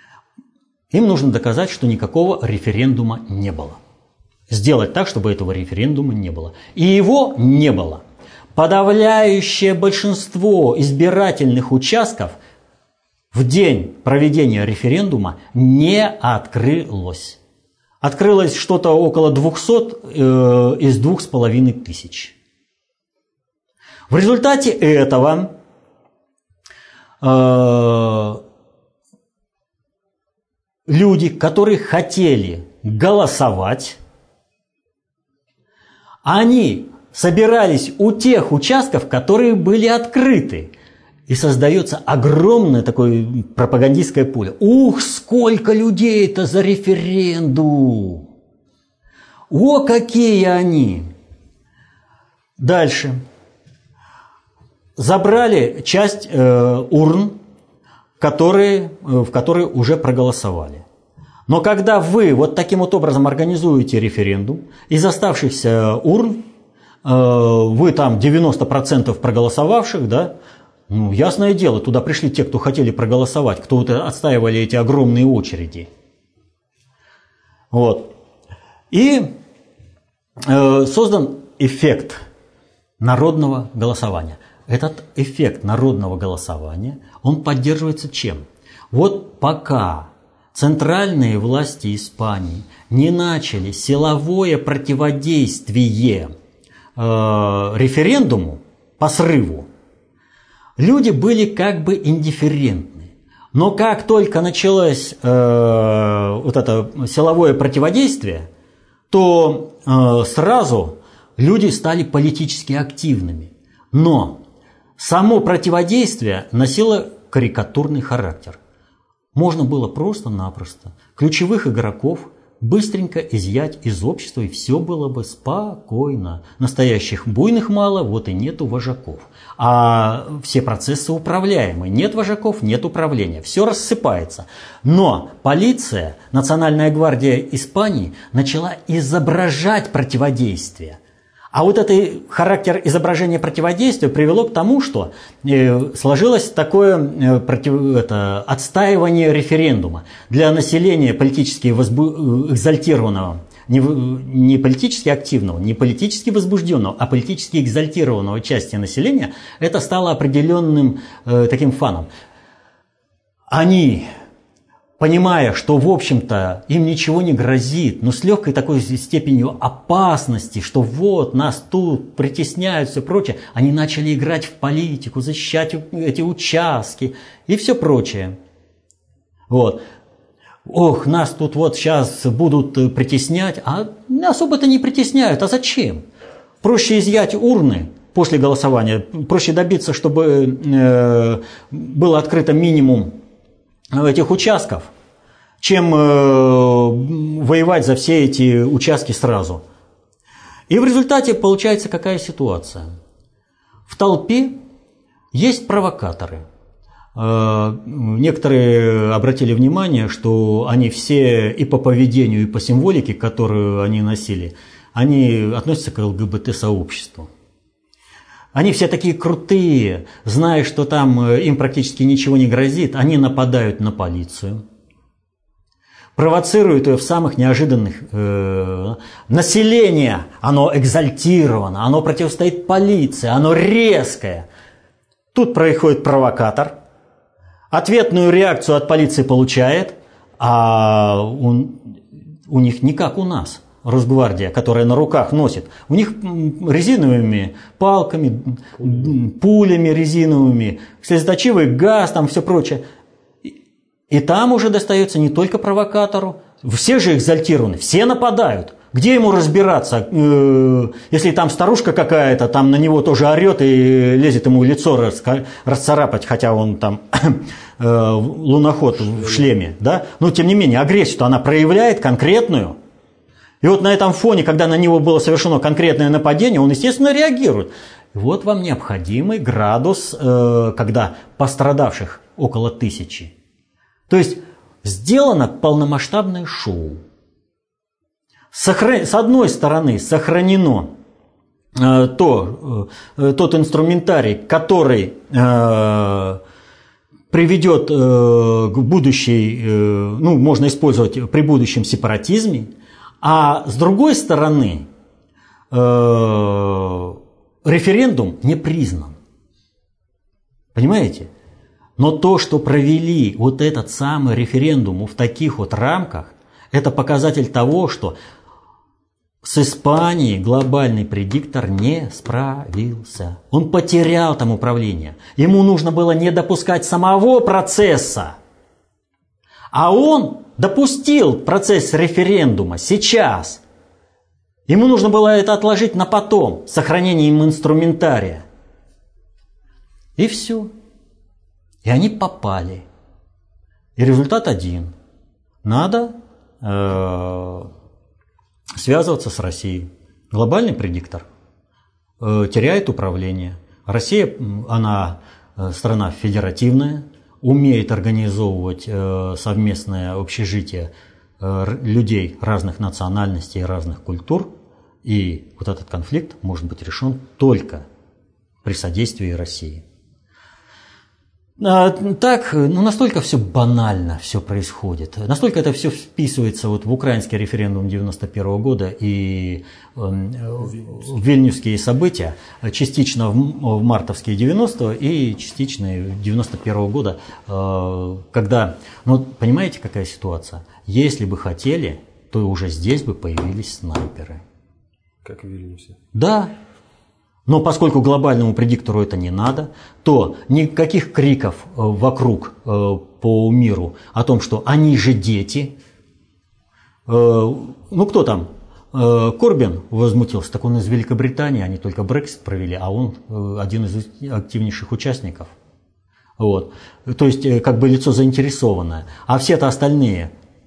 Им нужно доказать, что никакого референдума не было. Сделать так, чтобы этого референдума не было. И его не было. Подавляющее большинство избирательных участков в день проведения референдума не открылось. Открылось что-то около двухсот э, из двух с половиной тысяч. В результате этого э, люди, которые хотели голосовать, они собирались у тех участков, которые были открыты. И создается огромное такое пропагандистское поле. Ух, сколько людей-то за референдум! О, какие они! Дальше. Забрали часть э, урн, которые, в которые уже проголосовали. Но когда вы вот таким вот образом организуете референдум, из оставшихся урн, э, вы там девяносто процентов проголосовавших, да, ну, ясное дело, туда пришли те, кто хотели проголосовать, кто вот отстаивали эти огромные очереди. Вот. И э, создан эффект народного голосования. Этот эффект народного голосования, он поддерживается чем? Вот пока центральные власти Испании не начали силовое противодействие э, референдуму по срыву, люди были как бы индифферентны. Но как только началось э, вот это силовое противодействие, то э, сразу люди стали политически активными. Но само противодействие носило карикатурный характер. Можно было просто-напросто ключевых игроков быстренько изъять из общества, и все было бы спокойно. Настоящих буйных мало, вот и нету вожаков. А все процессы управляемы. Нет вожаков, нет управления. Все рассыпается. Но полиция, Национальная гвардия Испании начала изображать противодействие. А вот этот характер изображения противодействия привело к тому, что сложилось такое против... это, отстаивание референдума для населения политически возбу... экзальтированного, не, не политически активного, не политически возбужденного, а политически экзальтированного части населения. Это стало определенным э, таким фаном. Они понимая, что, в общем-то, им ничего не грозит, но с легкой такой степенью опасности, что вот, нас тут притесняют, все прочее, они начали играть в политику, защищать эти участки и все прочее. Вот. Ох, нас тут вот сейчас будут притеснять, а особо-то не притесняют, а зачем? Проще изъять урны после голосования, проще добиться, чтобы э, было открыто минимум этих участков, чем э, воевать за все эти участки сразу. И в результате получается какая ситуация? В толпе есть провокаторы. Э, некоторые обратили внимание, что они все и по поведению, и по символике, которую они носили, они относятся к ЛГБТ-сообществу. Они все такие крутые, зная, что там им практически ничего не грозит, они нападают на полицию, провоцируют ее в самых неожиданных... Э, население, оно экзальтировано, оно противостоит полиции, оно резкое. Тут происходит провокатор, ответную реакцию от полиции получает, а у, у них не как у нас. Росгвардия, которая на руках носит, у них резиновыми палками, пулями резиновыми, слезоточивый газ, там все прочее. И там уже достается не только провокатору, все же экзальтированы, все нападают. Где ему разбираться, если там старушка какая-то, там на него тоже орет и лезет ему лицо расцарапать, хотя он там луноход в шлеме, да? Но тем не менее агрессию-то она проявляет конкретную. И вот на этом фоне, когда на него было совершено конкретное нападение, он, естественно, реагирует. И вот вам необходимый градус, э, когда пострадавших около тысячи. То есть сделано полномасштабное шоу. Сохран... С одной стороны сохранено э, то, э, тот инструментарий, который э, приведет э, к будущей, э, ну, можно использовать при будущем сепаратизме. А с другой стороны, э, референдум не признан. Понимаете? Но то, что провели вот этот самый референдум в таких вот рамках, это показатель того, что с Испанией глобальный предиктор не справился. Он потерял там управление. Ему нужно было не допускать самого процесса. А он допустил процесс референдума сейчас. Ему нужно было это отложить на потом, с сохранением инструментария. И все. И они попали. И результат один. Надо э, связываться с Россией. Глобальный предиктор э, теряет управление. Россия, она э, страна федеративная, умеет организовывать э, совместное общежитие э, людей разных национальностей и разных культур. И вот этот конфликт может быть решен только при содействии России. А, так, ну настолько все банально все происходит, настолько это все вписывается вот в украинский референдум девяносто первого года и э, в вильнюсские события, частично в, в мартовские девяностого и частично девяносто первого года, э, когда, ну понимаете, какая ситуация? Если бы хотели, то уже здесь бы появились снайперы. Как в Вильнюсе. Да. Но поскольку глобальному предиктору это не надо, то никаких криков вокруг по миру о том, что они же дети. Ну кто там? Корбин возмутился, так он из Великобритании, они только Брексит провели, а он один из активнейших участников. Вот. То есть как бы лицо заинтересованное. А все-то остальные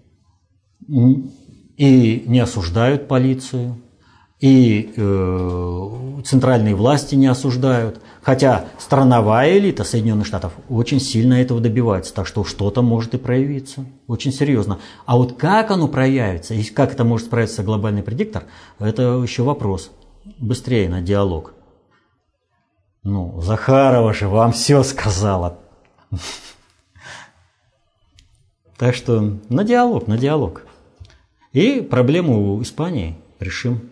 и не осуждают полицию, и э, центральные власти не осуждают, хотя страновая элита Соединенных Штатов очень сильно этого добивается, так что что-то может и проявиться, очень серьезно. А вот как оно проявится, и как это может справиться глобальный предиктор, это еще вопрос. Быстрее на диалог. Ну, Захарова же вам все сказала. Так что на диалог, на диалог. И проблему Испании решим.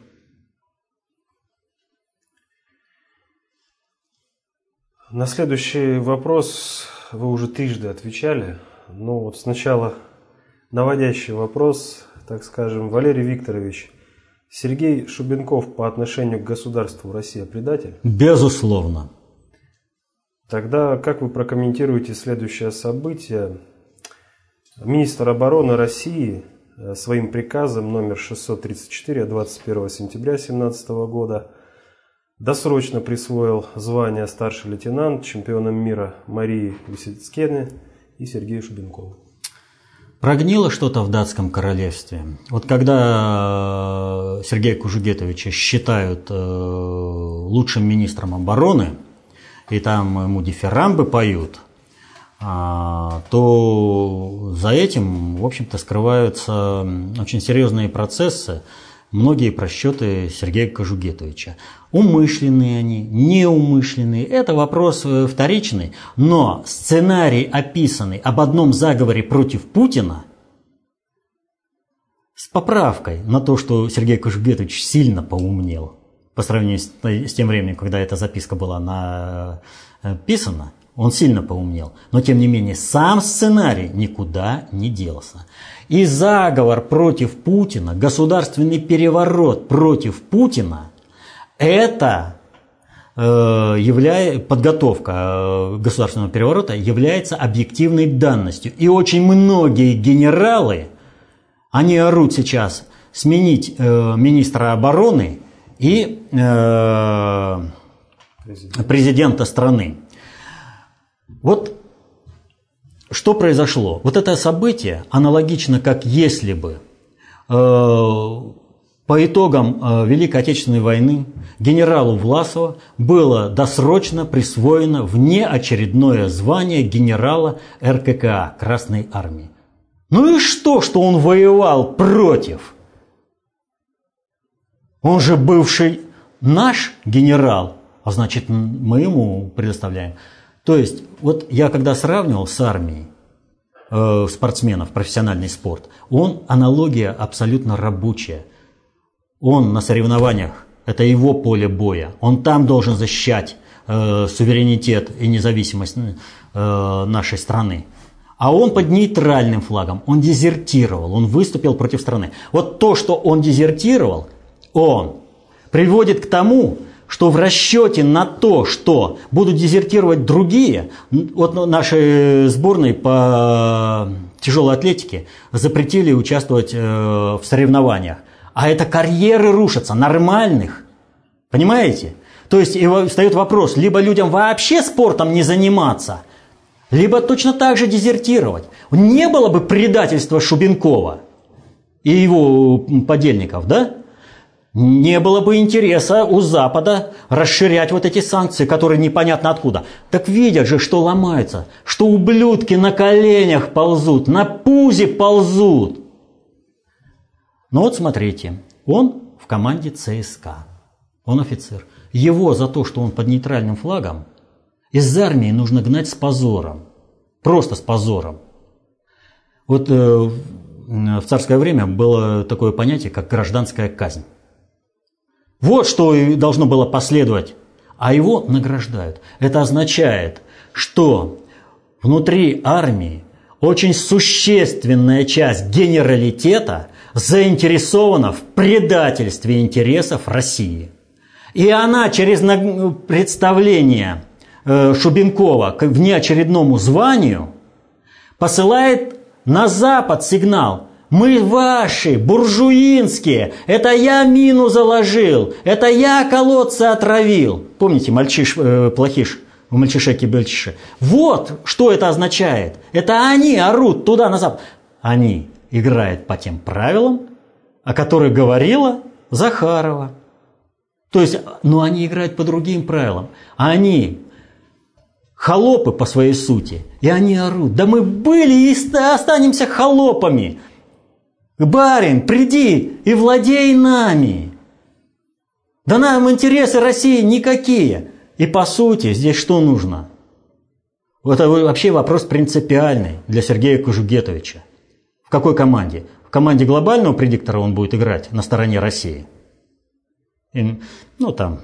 На следующий вопрос вы уже трижды отвечали. Но вот сначала наводящий вопрос, так скажем. Валерий Викторович, Сергей Шубенков по отношению к государству Россия предатель? Безусловно. Тогда как вы прокомментируете следующее событие? Министр обороны России своим приказом номер шестьсот тридцать четыре от двадцать первого сентября две тысячи семнадцатого года досрочно присвоил звание старший лейтенант чемпионам мира Марии Висицкене и Сергею Шубенкову. Прогнило что-то в датском королевстве. Вот когда Сергея Кужугетовича считают лучшим министром обороны, и там ему дифирамбы поют, то за этим, в общем-то, скрываются очень серьезные процессы, многие просчеты Сергея Кожугетовича. Умышленные они, неумышленные – это вопрос вторичный, но сценарий, описанный об одном заговоре против Путина, с поправкой на то, что Сергей Кожугетович сильно поумнел по сравнению с, с тем временем, когда эта записка была написана, он сильно поумнел. Но, тем не менее, сам сценарий никуда не делся. И заговор против Путина, государственный переворот против Путина – это э, являя, подготовка государственного переворота является объективной данностью. И очень многие генералы, они орут сейчас сменить э, министра обороны и э, Президент. президента страны. Вот что произошло? Вот это событие аналогично, как если бы э, по итогам э, Великой Отечественной войны генералу Власову было досрочно присвоено внеочередное звание генерала эр ка ка а, Красной Армии. Ну и что, что он воевал против? Он же бывший наш генерал, а значит, мы ему предоставляем. То есть, вот я когда сравнивал с армией э, спортсменов, профессиональный спорт, он, аналогия абсолютно рабочая. Он на соревнованиях, это его поле боя, он там должен защищать э, суверенитет и независимость э, нашей страны. А он под нейтральным флагом, он дезертировал, он выступил против страны. Вот то, что он дезертировал, он приводит к тому, что в расчете на то, что будут дезертировать другие, вот нашей сборной по тяжелой атлетике запретили участвовать в соревнованиях. А это карьеры рушатся, нормальных. Понимаете? То есть и встает вопрос, либо людям вообще спортом не заниматься, либо точно так же дезертировать. Не было бы предательства Шубенкова и его подельников, да? Не было бы интереса у Запада расширять вот эти санкции, которые непонятно откуда. Так видят же, что ломаются, что ублюдки на коленях ползут, на пузе ползут. Ну вот смотрите, он в команде цэ эс ка, он офицер. Его за то, что он под нейтральным флагом, из армии нужно гнать с позором, просто с позором. Вот э, в царское время было такое понятие, как гражданская казнь. Вот что должно было последовать, а его награждают. Это означает, что внутри армии очень существенная часть генералитета заинтересована в предательстве интересов России. И она через представление Шубенкова к внеочередному званию посылает на Запад сигнал: мы ваши, буржуинские, это я мину заложил, это я колодцы отравил. Помните, мальчиш, э, плохиш, в мальчишеке-бельчише. Вот что это означает. Это они орут туда, на Запад. Они играют по тем правилам, о которых говорила Захарова. То есть, ну они играют по другим правилам. Они холопы по своей сути, и они орут: да мы были и останемся холопами. Барин, приди и владей нами. Да нам интересы России никакие. И по сути здесь что нужно? Это вообще вопрос принципиальный для Сергея Кожугетовича. В какой команде? В команде глобального предиктора он будет играть на стороне России. И, ну там,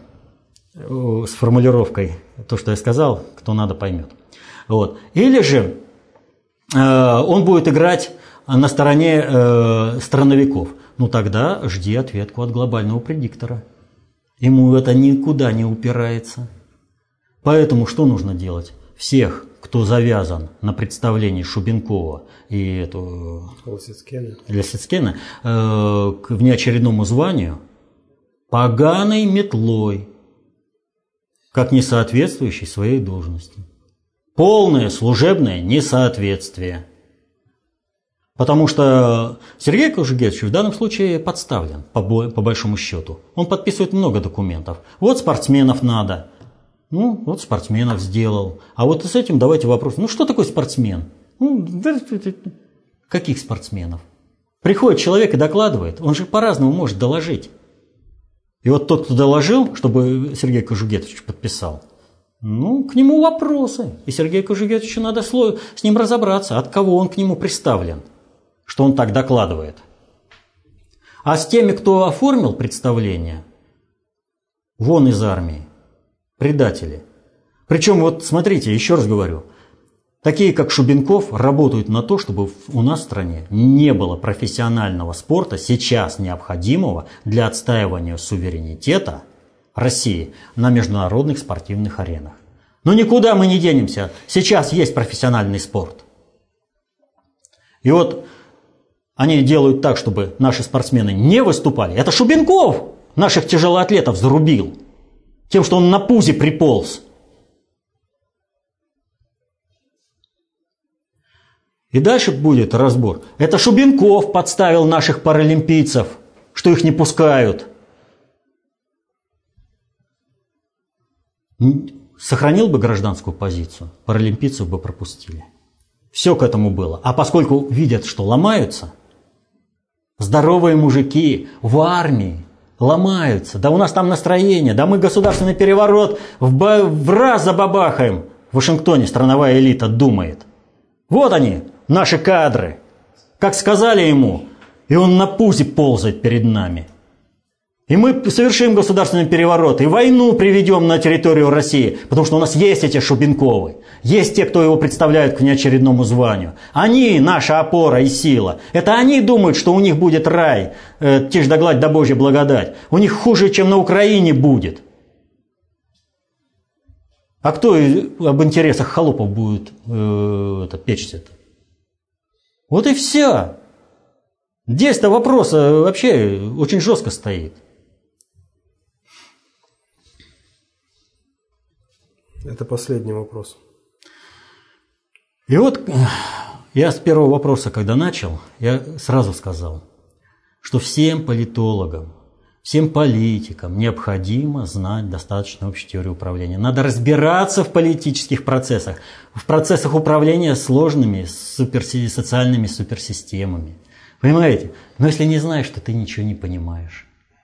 с формулировкой, то, что я сказал, кто надо, поймет. Вот. Или же э, он будет играть на стороне э, страновиков, ну тогда жди ответку от глобального предиктора. Ему это никуда не упирается. Поэтому что нужно делать? Всех, кто завязан на представлении Шубенкова и эту Лисицкена э, к внеочередному званию, поганой метлой, как несоответствующий своей должности. Полное служебное несоответствие. Потому что Сергей Кожугетович в данном случае подставлен, по, по большому счету. Он подписывает много документов. Вот спортсменов надо. Ну, вот спортсменов сделал. А вот с этим давайте вопрос. Ну, что такое спортсмен? Ну, каких спортсменов? Приходит человек и докладывает. Он же по-разному может доложить. И вот тот, кто доложил, чтобы Сергей Кожугетович подписал, ну, к нему вопросы. И Сергею Кожугетовичу надо с ним разобраться, от кого он к нему приставлен, что он так докладывает. А с теми, кто оформил представление, вон из армии, предатели. Причем, вот смотрите, еще раз говорю, такие, как Шубенков, работают на то, чтобы у нас в стране не было профессионального спорта, сейчас необходимого для отстаивания суверенитета России на международных спортивных аренах. Но никуда мы не денемся. Сейчас есть профессиональный спорт. И вот они делают так, чтобы наши спортсмены не выступали. Это Шубенков наших тяжелоатлетов зарубил тем, что он на пузе приполз. И дальше будет разбор. Это Шубенков подставил наших паралимпийцев, что их не пускают. Сохранил бы гражданскую позицию, паралимпийцев бы пропустили. Все к этому было. А поскольку видят, что ломаются, здоровые мужики в армии ломаются. Да у нас там настроение, да мы государственный переворот в, ба- в раз забабахаем. В Вашингтоне страновая элита думает. Вот они, наши кадры. Как сказали ему, и он на пузе ползает перед нами. И мы совершим государственный переворот, и войну приведем на территорию России, потому что у нас есть эти Шубенковы, есть те, кто его представляют к внеочередному званию. Они наша опора и сила. Это они думают, что у них будет рай, э, тишь да гладь да Божья благодать. У них хуже, чем на Украине будет. А кто об интересах холопов будет э, это, печься-то? Вот и все. Здесь-то вопрос вообще очень жестко стоит. Это последний вопрос. И вот я с первого вопроса, когда начал, я сразу сказал, что всем политологам, всем политикам необходимо знать достаточно общей теории управления. Надо разбираться в политических процессах, в процессах управления сложными суперси- социальными суперсистемами. Понимаете? Но если не знаешь, то ты ничего не понимаешь.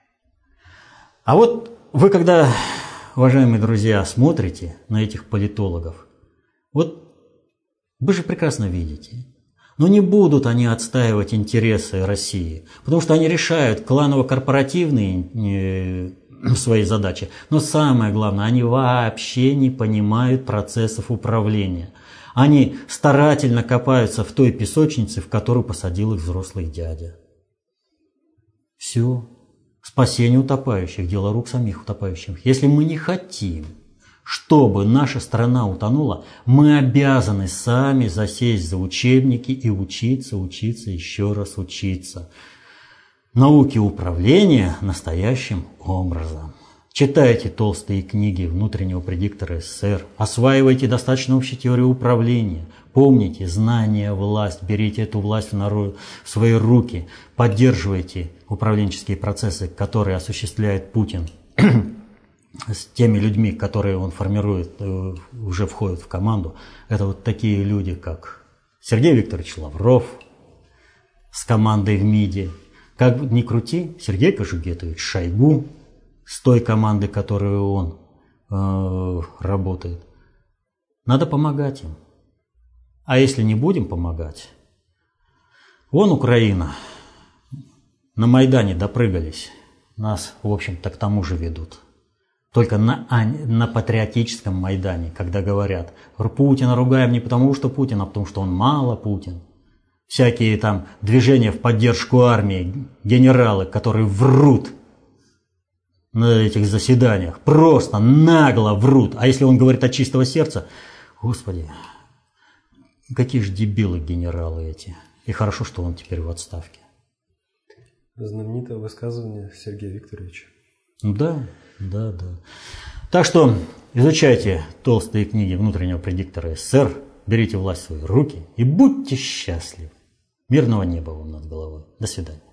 А вот вы, когда, уважаемые друзья, смотрите на этих политологов, вот вы же прекрасно видите, но не будут они отстаивать интересы России, потому что они решают кланово-корпоративные свои задачи. Но самое главное, они вообще не понимают процессов управления. Они старательно копаются в той песочнице, в которую посадил их взрослый дядя. Все. Спасение утопающих, дело рук самих утопающих. Если мы не хотим, чтобы наша страна утонула, мы обязаны сами засесть за учебники и учиться, учиться, еще раз учиться. Науке управления настоящим образом. Читайте толстые книги внутреннего предиктора СССР, осваивайте достаточно общей теорию управления. Помните, знание, власть, берите эту власть в, народ, в свои руки, поддерживайте управленческие процессы, которые осуществляет Путин с теми людьми, которые он формирует, уже входят в команду. Это вот такие люди, как Сергей Викторович Лавров с командой в МИДе. Как ни крути, Сергей Кожугетович Шойгу с той командой, которую он э, работает. Надо помогать им. А если не будем помогать, вон Украина, на Майдане допрыгались, нас, в общем-то, к тому же ведут. Только на, на патриотическом Майдане, когда говорят, Путина ругаем не потому, что Путин, а потому, что он мало Путин. всякие там движения в поддержку армии, генералы, которые врут на этих заседаниях, просто нагло врут. А если он говорит от чистого сердца, господи, какие же дебилы генералы эти. И хорошо, что он теперь в отставке. Знаменитое высказывание Сергея Викторовича. Да, да, да. Так что изучайте толстые книги внутреннего предиктора СССР, берите власть в свои руки и будьте счастливы. Мирного неба вам над головой. До свидания.